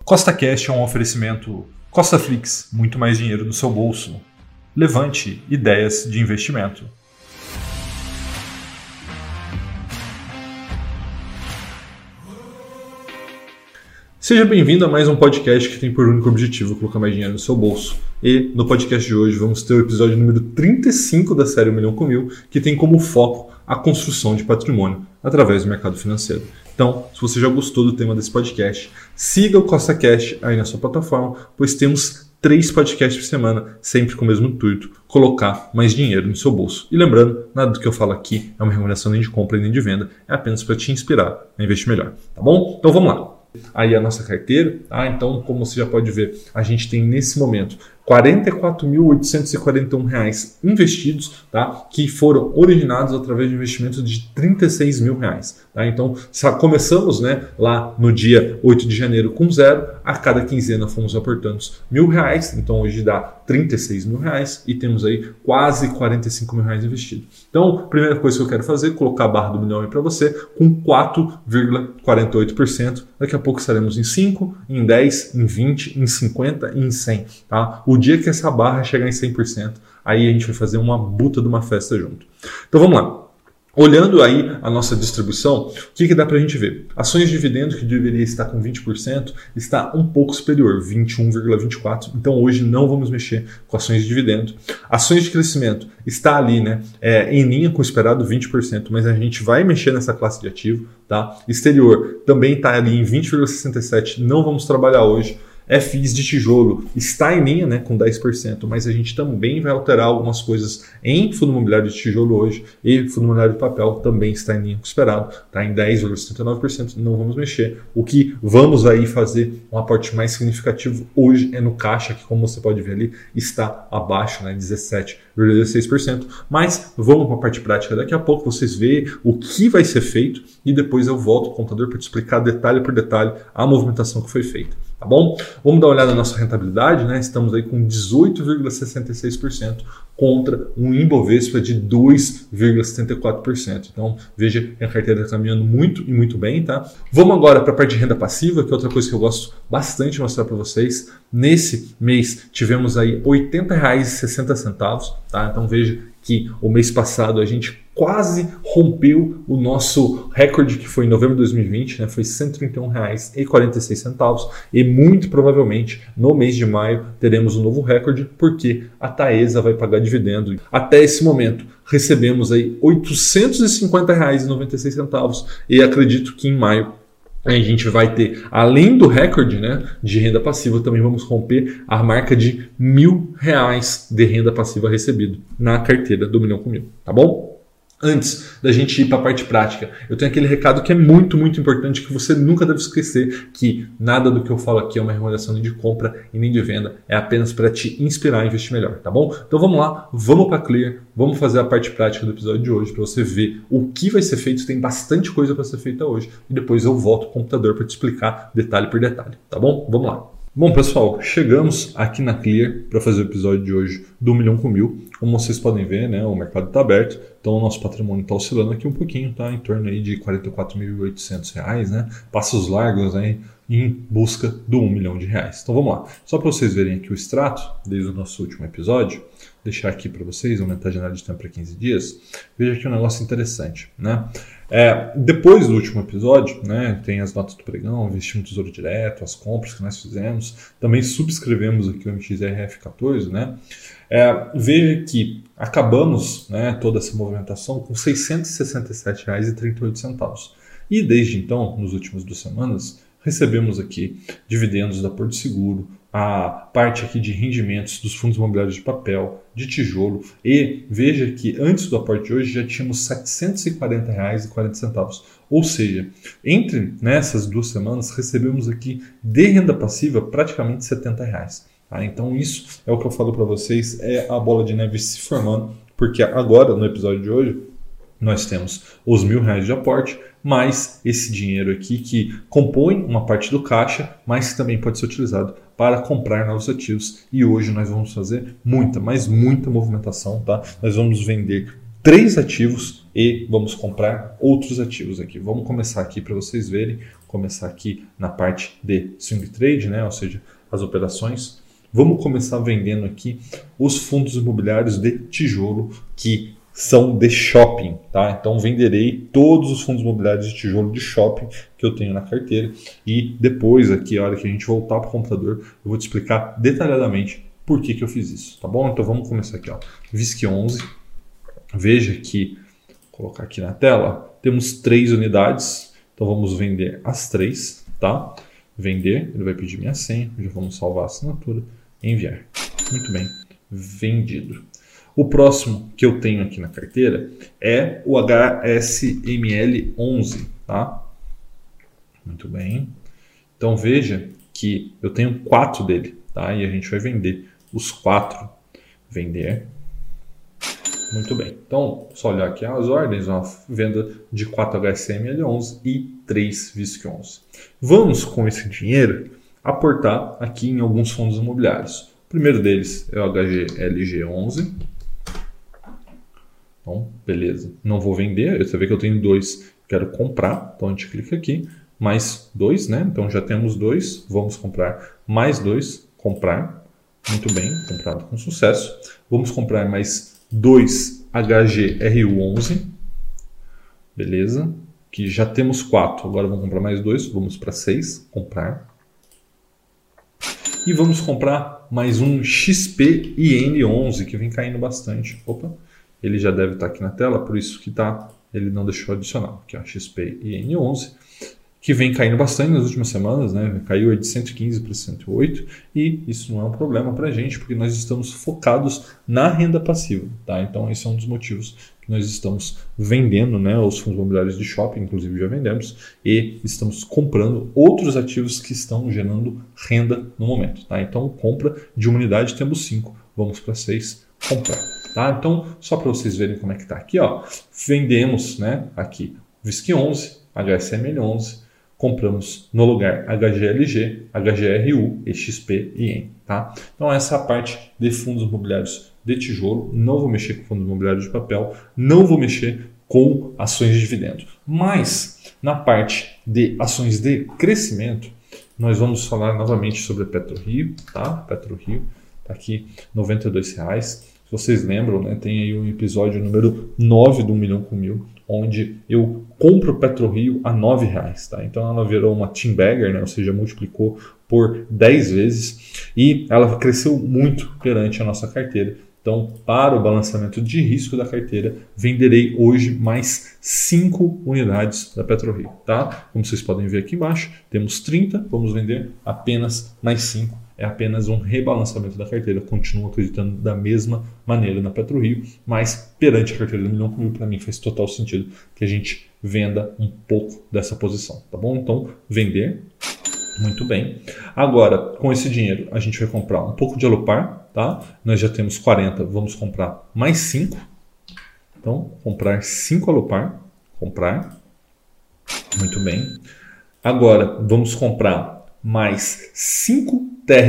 Costa Cash é um oferecimento Costa Flix, muito mais dinheiro no seu bolso. Levante ideias de investimento. Seja bem-vindo a mais um podcast que tem por único objetivo colocar mais dinheiro no seu bolso. E no podcast de hoje vamos ter o episódio número 35 da série 1 Milhão com Mil, que tem como foco a construção de patrimônio através do mercado financeiro. Então, se você já gostou do tema desse podcast, siga o Costa Cash aí na sua plataforma, pois temos 3 podcasts por semana, sempre com o mesmo intuito, colocar mais dinheiro no seu bolso. E lembrando, nada do que eu falo aqui é uma recomendação nem de compra nem de venda, é apenas para te inspirar a investir melhor, tá bom? Então vamos lá. Aí a nossa carteira, então como você já pode ver, a gente tem nesse momento R$ 44.841 investidos, tá? Que foram originados através de investimento de R$ 36 mil. Tá? Então começamos, né, lá no dia 8 de janeiro com 0, a cada quinzena fomos aportando R$ 1.000, então hoje dá R$ 36 mil e temos aí quase R$ 45 mil investidos. Então, a primeira coisa que eu quero fazer é colocar a barra do milhão aí para você com 4,48%. Daqui a pouco estaremos em 5, em 10, em 20, em 50 e em 100. Tá? O dia que essa barra chegar em 100%, aí a gente vai fazer uma buta de uma festa junto. Então vamos lá. Olhando aí a nossa distribuição, o que dá para a gente ver? Ações de dividendo, que deveria estar com 20%, está um pouco superior, 21,24%. Então hoje não vamos mexer com ações de dividendo. Ações de crescimento está ali, né, em linha com o esperado 20%, mas a gente vai mexer nessa classe de ativo. Tá? Exterior também está ali em 20,67%, não vamos trabalhar hoje. FIs de tijolo está em linha, né, com 10%, mas a gente também vai alterar algumas coisas em fundo imobiliário de tijolo hoje, e fundo imobiliário de papel também está em linha com o esperado, está em 10,79%, não vamos mexer. O que vamos aí fazer um aporte mais significativo hoje é no caixa, que como você pode ver ali, está abaixo, né, 17,16%, mas vamos para a parte prática daqui a pouco, vocês veem o que vai ser feito e depois eu volto ao computador para te explicar detalhe por detalhe a movimentação que foi feita. Tá bom? Vamos dar uma olhada na nossa rentabilidade, né? Estamos aí com 18,66% contra um Ibovespa de 2,74%. Então, veja que a carteira está caminhando muito e muito bem, tá? Vamos agora para a parte de renda passiva, que é outra coisa que eu gosto bastante de mostrar para vocês. Nesse mês, tivemos aí R$ 80,60, tá? Então, veja que o mês passado a gente quase rompeu o nosso recorde que foi em novembro de 2020, né? Foi R$ 131,46 e muito provavelmente no mês de maio teremos um novo recorde porque a Taesa vai pagar dividendo. Até esse momento recebemos aí R$ 850,96 e acredito que em maio a gente vai ter, além do recorde, né, de renda passiva, também vamos romper a marca de R$ 1.000 de renda passiva recebido na carteira do Milhão com Mil, tá bom? Antes da gente ir para a parte prática, eu tenho aquele recado que é muito, muito importante, que você nunca deve esquecer, que nada do que eu falo aqui é uma recomendação nem de compra e nem de venda, é apenas para te inspirar a investir melhor, tá bom? Então vamos lá, vamos para a Clear, vamos fazer a parte prática do episódio de hoje, para você ver o que vai ser feito, tem bastante coisa para ser feita hoje, e depois eu volto ao computador para te explicar detalhe por detalhe, tá bom? Vamos lá. Bom, pessoal, chegamos aqui na Clear para fazer o episódio de hoje do Milhão com Mil. Como vocês podem ver, né, o mercado está aberto, então o nosso patrimônio está oscilando aqui um pouquinho, tá em torno aí de R$ 44.800, né, passos largos aí em busca do R$ 1 milhão. Então vamos lá, só para vocês verem aqui o extrato desde o nosso último episódio, deixar aqui para vocês, aumentar a janela de tempo para 15 dias, veja aqui um negócio interessante, né? Depois do último episódio, né, tem as notas do pregão, investimento no Tesouro Direto, as compras que nós fizemos, também subscrevemos aqui o MXRF14, né? Veja que acabamos, né, toda essa movimentação com R$ 667,38. E desde então, nos últimos 2 semanas, recebemos aqui dividendos da Porto Seguro, a parte aqui de rendimentos dos fundos imobiliários de papel, de tijolo, e veja que antes do aporte de hoje já tínhamos R$ 740,40. Ou seja, entre nessas 2 semanas recebemos aqui de renda passiva praticamente R$ 70. Tá? Então isso é o que eu falo para vocês, é a bola de neve se formando, porque agora no episódio de hoje nós temos os R$ 1.000 de aporte, mais esse dinheiro aqui que compõe uma parte do caixa, mas que também pode ser utilizado para comprar novos ativos. E hoje nós vamos fazer muita, mas muita movimentação, tá? Nós vamos vender 3 ativos e vamos comprar outros ativos aqui. Vamos começar aqui para vocês verem, começar aqui na parte de swing trade, né? Ou seja, as operações. Vamos começar vendendo aqui os fundos imobiliários de tijolo que são de shopping, tá? Então venderei todos os fundos imobiliários de tijolo de shopping que eu tenho na carteira e depois aqui, a hora que a gente voltar para o computador, eu vou te explicar detalhadamente por que eu fiz isso, tá bom? Então vamos começar aqui, ó. VISC11, veja que, vou colocar aqui na tela, temos 3 unidades, então vamos vender as 3, tá? Vender, ele vai pedir minha senha, já vamos salvar a assinatura, enviar. Muito bem, vendido. O próximo que eu tenho aqui na carteira é o HSML11, tá? Muito bem. Então veja que eu tenho 4 dele, tá? E a gente vai vender os 4. Vender. Muito bem. Então, só olhar aqui as ordens, ó, venda de 4 HSML11 e 3 VISC11. Vamos com esse dinheiro aportar aqui em alguns fundos imobiliários. O primeiro deles é o HGLG11. Então, beleza. Não vou vender. Você vê que eu tenho 2. Quero comprar. Então, a gente clica aqui. Mais 2, né? Então, já temos 2. Vamos comprar mais 2. Comprar. Muito bem. Comprado com sucesso. Vamos comprar mais 2 HGRU11. Beleza. Que já temos 4. Agora vamos comprar mais 2. Vamos para 6. Comprar. E vamos comprar mais um XPIN11, que vem caindo bastante. Opa. Ele já deve estar aqui na tela, por isso que ele não deixou adicionar. Aqui, ó, XPIN11, que vem caindo bastante nas últimas semanas, né? Caiu de 115 para 108, e isso não é um problema para a gente, porque nós estamos focados na renda passiva, tá? Então, esse é um dos motivos que nós estamos vendendo, né, os fundos imobiliários de shopping, inclusive já vendemos, e estamos comprando outros ativos que estão gerando renda no momento, tá? Então, compra de uma unidade, temos 5, vamos para 6, comprar. Tá? Então, só para vocês verem como é que está aqui, ó, vendemos, né, aqui VISC11, HSML11, compramos no lugar HGLG, HGRU e XPIN. Tá? Então, essa é a parte de fundos imobiliários de tijolo. Não vou mexer com fundos imobiliários de papel, não vou mexer com ações de dividendo. Mas, na parte de ações de crescimento, nós vamos falar novamente sobre a PetroRio. Tá? PetroRio está aqui R$ 92,00. Se vocês lembram, né, tem aí um episódio número 9 do 1 milhão com 1.000, onde eu compro PetroRio a R$ 9,00. Tá? Então ela virou uma team bagger, né, ou seja, multiplicou por 10 vezes e ela cresceu muito perante a nossa carteira. Então, para o balanceamento de risco da carteira, venderei hoje mais 5 unidades da PetroRio. Tá? Como vocês podem ver aqui embaixo, temos 30, vamos vender apenas mais 5. É apenas um rebalanceamento da carteira. Continuo acreditando da mesma maneira na PetroRio, mas perante a carteira do 1 milhão com 1.000, para mim faz total sentido que a gente venda um pouco dessa posição. Tá bom? Então, vender. Muito bem. Agora, com esse dinheiro, a gente vai comprar um pouco de Alupar, tá? Nós já temos 40, vamos comprar mais 5. Então, comprar 5 Alupar. Comprar. Muito bem. Agora, vamos comprar mais 5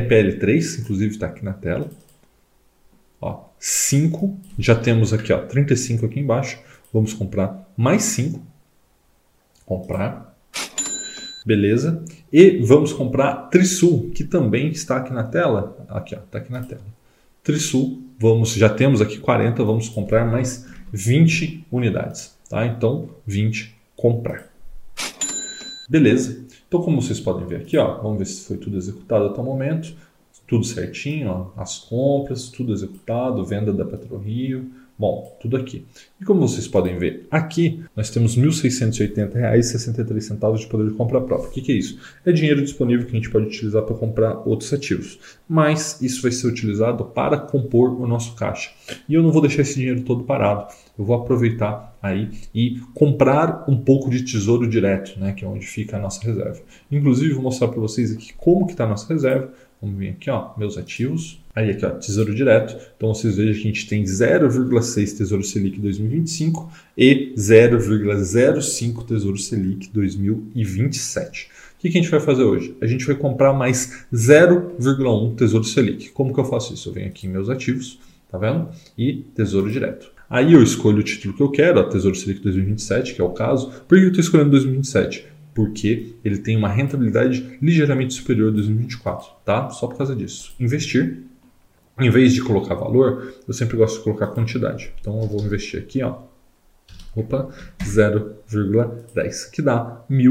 TRPL3, inclusive está aqui na tela. Ó, 5. Já temos aqui, ó, 35 aqui embaixo. Vamos comprar mais 5. Comprar. Beleza. E vamos comprar Trisul, que também está aqui na tela. Aqui, ó, está aqui na tela. Trisul, já temos aqui 40, vamos comprar mais 20 unidades. Tá? Então, 20, comprar. Beleza. Então, como vocês podem ver aqui, ó, vamos ver se foi tudo executado até o momento. Tudo certinho, ó, as compras, tudo executado, venda da PetroRio. Bom, tudo aqui. E como vocês podem ver aqui, nós temos R$ 1.680,63 de poder de compra própria. O que é isso? É dinheiro disponível que a gente pode utilizar para comprar outros ativos. Mas isso vai ser utilizado para compor o nosso caixa. E eu não vou deixar esse dinheiro todo parado. Eu vou aproveitar aí e comprar um pouco de tesouro direto, né, que é onde fica a nossa reserva. Inclusive, vou mostrar para vocês aqui como que está a nossa reserva. Vamos vir aqui, ó, meus ativos. Aí aqui, ó, Tesouro Direto. Então vocês vejam que a gente tem 0,6 Tesouro Selic 2025 e 0,05 Tesouro Selic 2027. O que a gente vai fazer hoje? A gente vai comprar mais 0,1 Tesouro Selic. Como que eu faço isso? Eu venho aqui em meus ativos, tá vendo? E Tesouro Direto. Aí eu escolho o título que eu quero, a Tesouro Selic 2027, que é o caso. Por que eu estou escolhendo 2027? Porque ele tem uma rentabilidade ligeiramente superior a 2024, tá? Só por causa disso. Investir, em vez de colocar valor, eu sempre gosto de colocar quantidade. Então eu vou investir aqui, ó. Opa, 0,10, que dá R$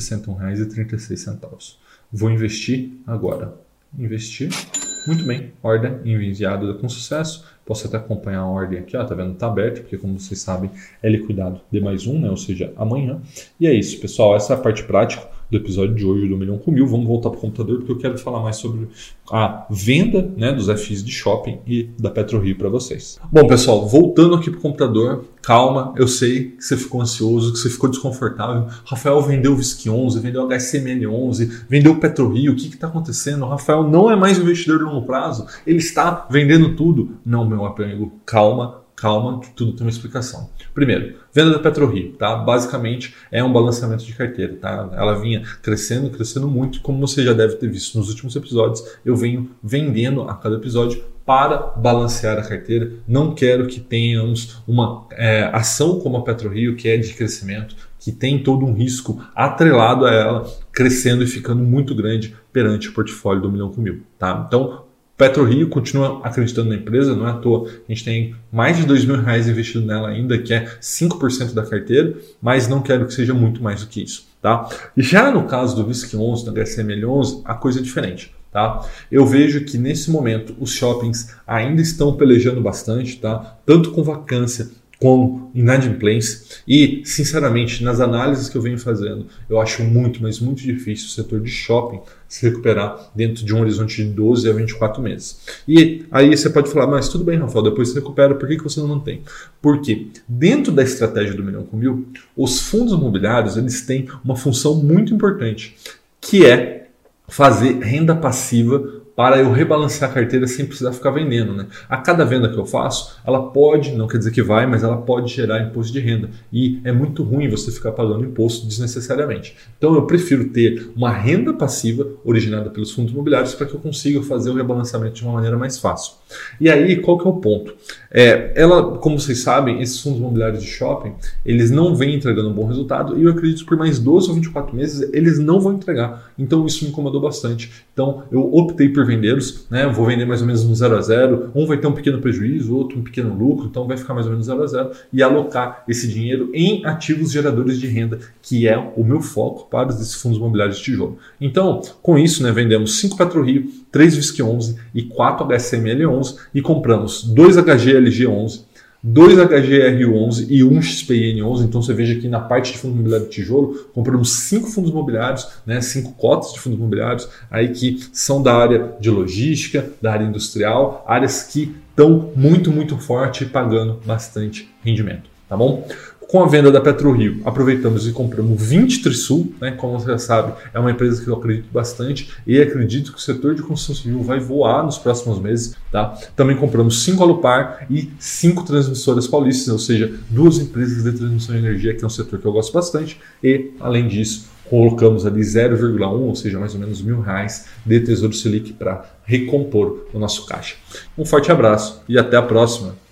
1.061,36. Vou investir agora. Investir. Muito bem, ordem enviada com sucesso. Posso até acompanhar a ordem aqui, ó, tá vendo? Tá aberto, porque como vocês sabem, é liquidado de mais um, né? Ou seja, amanhã. E é isso, pessoal. Essa é a parte prática do episódio de hoje do Milhão com Mil. Vamos voltar para o computador, porque eu quero falar mais sobre a venda, né, dos FIs de shopping e da PetroRio para vocês. Bom, pessoal, voltando aqui para o computador, calma, eu sei que você ficou ansioso, que você ficou desconfortável. Rafael vendeu o VISC11, vendeu o HSML11, vendeu o PetroRio, o que está acontecendo? O Rafael não é mais investidor de longo prazo, ele está vendendo tudo. Não, meu amigo, calma, que tudo tem uma explicação. Primeiro, venda da PetroRio, tá? Basicamente é um balanceamento de carteira, tá? Ela vinha crescendo muito, como você já deve ter visto nos últimos episódios, eu venho vendendo a cada episódio para balancear a carteira. Não quero que tenhamos uma ação como a PetroRio, que é de crescimento, que tem todo um risco atrelado a ela, crescendo e ficando muito grande perante o portfólio do Milhão com Mil, tá? Então, PetroRio continua acreditando na empresa, não é à toa. A gente tem mais de R$ 2.000 investido nela ainda, que é 5% da carteira, mas não quero que seja muito mais do que isso, tá? Já no caso do VISC11, do HSML11, a coisa é diferente, tá? Eu vejo que nesse momento os shoppings ainda estão pelejando bastante, tá? Tanto com vacância como inadimplência, e sinceramente nas análises que eu venho fazendo eu acho muito, mas muito difícil o setor de shopping se recuperar dentro de um horizonte de 12 a 24 meses. E aí você pode falar, mas tudo bem, Rafael, depois você recupera, por que você não mantém? Porque dentro da estratégia do Milhão com Mil, os fundos imobiliários eles têm uma função muito importante, que é fazer renda passiva para eu rebalancear a carteira sem precisar ficar vendendo, né? A cada venda que eu faço, ela pode, não quer dizer que vai, mas ela pode gerar imposto de renda. E é muito ruim você ficar pagando imposto desnecessariamente. Então eu prefiro ter uma renda passiva originada pelos fundos imobiliários para que eu consiga fazer o rebalanceamento de uma maneira mais fácil. E aí, qual que é o ponto? Como vocês sabem, esses fundos imobiliários de shopping, eles não vêm entregando um bom resultado e eu acredito que por mais 12 ou 24 meses eles não vão entregar. Então isso me incomodou bastante. Então eu optei por vendê-los, né? Vou vender mais ou menos no 0 a 0. Um vai ter um pequeno prejuízo, outro um pequeno lucro, então vai ficar mais ou menos 0 a 0 e alocar esse dinheiro em ativos geradores de renda, que é o meu foco para esses fundos imobiliários de tijolo. Então, com isso, né, vendemos 5 PetroRio, 3 VISC11 e 4 HSML11 e compramos 2 HGLG11, 2 HGR11 e 1 XPN11. Então você veja aqui na parte de fundo imobiliário de tijolo, compramos 5 fundos imobiliários, né, 5 cotas de fundos imobiliários, aí que são da área de logística, da área industrial, áreas que estão muito forte e pagando bastante rendimento, tá bom? Com a venda da PetroRio, aproveitamos e compramos 20 Trisul, né? Como você já sabe, é uma empresa que eu acredito bastante e acredito que o setor de construção civil vai voar nos próximos meses, tá? Também compramos 5 Alupar e 5 transmissoras paulistas, ou seja, 2 empresas de transmissão de energia, que é um setor que eu gosto bastante, e, além disso, colocamos ali 0,1, ou seja, mais ou menos R$ 1.000 de Tesouro Selic para recompor o nosso caixa. Um forte abraço e até a próxima!